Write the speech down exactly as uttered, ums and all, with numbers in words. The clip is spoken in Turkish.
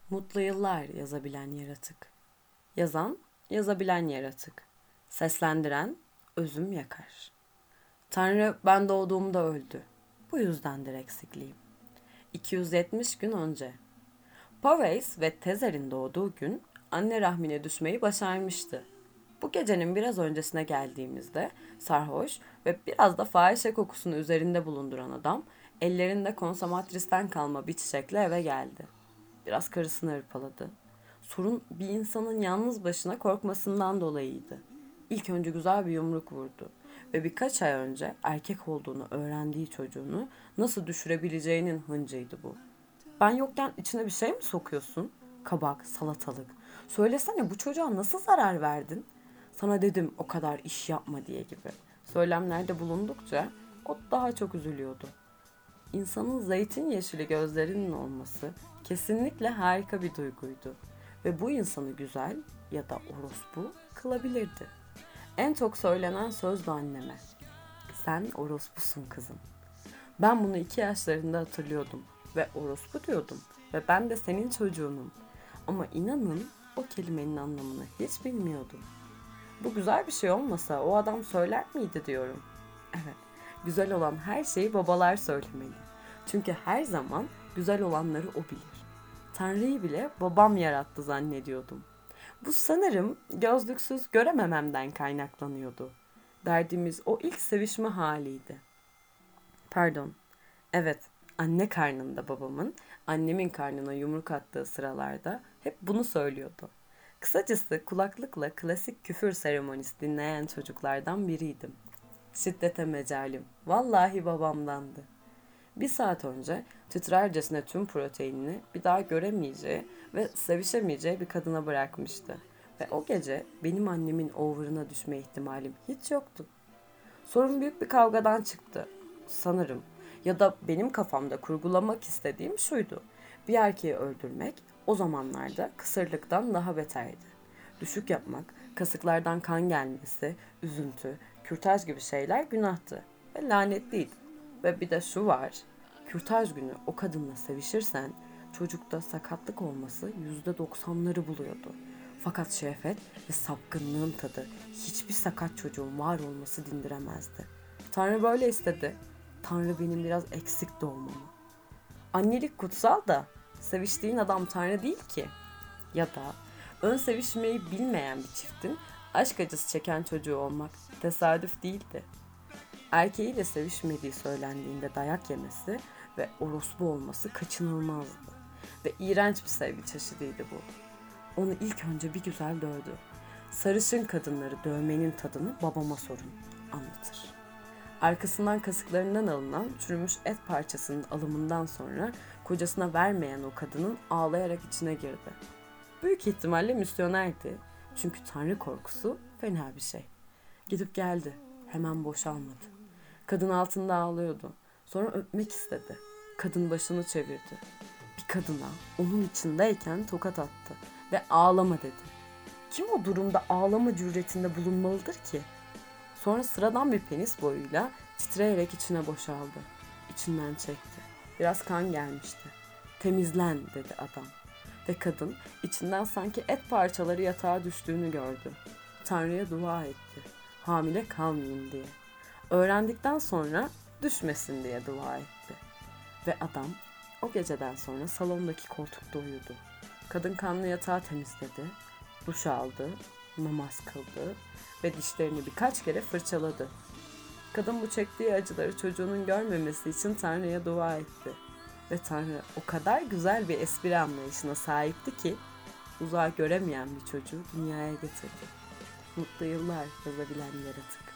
Mutlu yıllar yazabilen yaratık. Yazan, yazabilen yaratık. Seslendiren, özüm yakar. Tanrı ben doğduğumda öldü. Bu yüzdendir eksikliğim. iki yüz yetmiş gün önce. Poveys ve Tezer'in doğduğu gün anne rahmine düşmeyi başarmıştı. Bu gecenin biraz öncesine geldiğimizde sarhoş ve biraz da fahişe kokusunu üzerinde bulunduran adam ellerinde konsomatristen kalma bir çiçekle eve geldi. Biraz karısını hırpaladı. Sorun bir insanın yalnız başına korkmasından dolayıydı. İlk önce güzel bir yumruk vurdu ve birkaç ay önce erkek olduğunu öğrendiği çocuğunu nasıl düşürebileceğinin hıncıydı bu. Ben yokken içine bir şey mi sokuyorsun? Kabak, salatalık. Söylesene bu çocuğa nasıl zarar verdin? Sana dedim o kadar iş yapma diye gibi. Söylemlerde bulundukça o daha çok üzülüyordu. İnsanın zeytin yeşili gözlerinin olması kesinlikle harika bir duyguydu ve bu insanı güzel ya da orospu kılabilirdi. En çok söylenen söz de anneme. Sen orospusun kızım. Ben bunu iki yaşlarında hatırlıyordum ve orospu diyordum ve ben de senin çocuğunum. Ama inanın o kelimenin anlamını hiç bilmiyordum. Bu güzel bir şey olmasa o adam söyler miydi diyorum. Evet, güzel olan her şeyi babalar söylemeli. Çünkü her zaman güzel olanları o bilir. Tanrı'yı bile babam yarattı zannediyordum. Bu sanırım gözlüksüz göremememden kaynaklanıyordu. Derdimiz o ilk sevişme haliydi. Pardon, evet, anne karnında babamın, annemin karnına yumruk attığı sıralarda hep bunu söylüyordu. Kısacası kulaklıkla klasik küfür seremonisi dinleyen çocuklardan biriydim. Şiddete mecalim, vallahi babamdandı. Bir saat önce titrercesine tüm proteinini bir daha göremeyeceği ve sevişemeyeceği bir kadına bırakmıştı. Ve o gece benim annemin over'ına düşme ihtimalim hiç yoktu. Sorun büyük bir kavgadan çıktı. Sanırım. Ya da benim kafamda kurgulamak istediğim şuydu. Bir erkeği öldürmek o zamanlarda kısırlıktan daha beterdi. Düşük yapmak, kasıklardan kan gelmesi, üzüntü, kürtaj gibi şeyler günahtı ve lanetliydi. Ve bir de şu var, kürtaj günü o kadınla sevişirsen çocukta sakatlık olması yüzde doksanları buluyordu. Fakat şehvet ve sapkınlığın tadı hiçbir sakat çocuğun var olması dindiremezdi. Tanrı böyle istedi. Tanrı benim biraz eksik doğmamı. Annelik kutsal da seviştiğin adam Tanrı değil ki. Ya da ön sevişmeyi bilmeyen bir çiftin aşk acısı çeken çocuğu olmak tesadüf değildi. Erkeğiyle sevişmediği söylendiğinde dayak yemesi ve orospu olması kaçınılmazdı. Ve iğrenç bir sevgi çeşidiydi bu. Onu ilk önce bir güzel dövdü. Sarışın kadınları dövmenin tadını babama sorun, anlatır. Arkasından kasıklarından alınan çürümüş et parçasının alımından sonra kocasına vermeyen o kadının ağlayarak içine girdi. Büyük ihtimalle misyonerdi. Çünkü tanrı korkusu fena bir şey. Gidip geldi. Hemen boşalmadı. Kadın altında ağlıyordu. Sonra öpmek istedi. Kadın başını çevirdi. Bir kadına onun içindeyken tokat attı. Ve ağlama dedi. Kim o durumda ağlama cüretinde bulunmalıdır ki? Sonra sıradan bir penis boyuyla titreyerek içine boşaldı. İçinden çekti. Biraz kan gelmişti. Temizlen dedi adam. Ve kadın içinden sanki et parçaları yatağa düştüğünü gördü. Tanrı'ya dua etti. Hamile kalmayayım diye. Öğrendikten sonra düşmesin diye dua etti. Ve adam o geceden sonra salondaki koltukta uyudu. Kadın kanlı yatağı temizledi, duş aldı, namaz kıldı ve dişlerini birkaç kere fırçaladı. Kadın bu çektiği acıları çocuğunun görmemesi için Tanrı'ya dua etti. Ve Tanrı o kadar güzel bir espri anlayışına sahipti ki uzağı göremeyen bir çocuğu dünyaya getirdi. Mutlu yıllar yazabilen yaratık.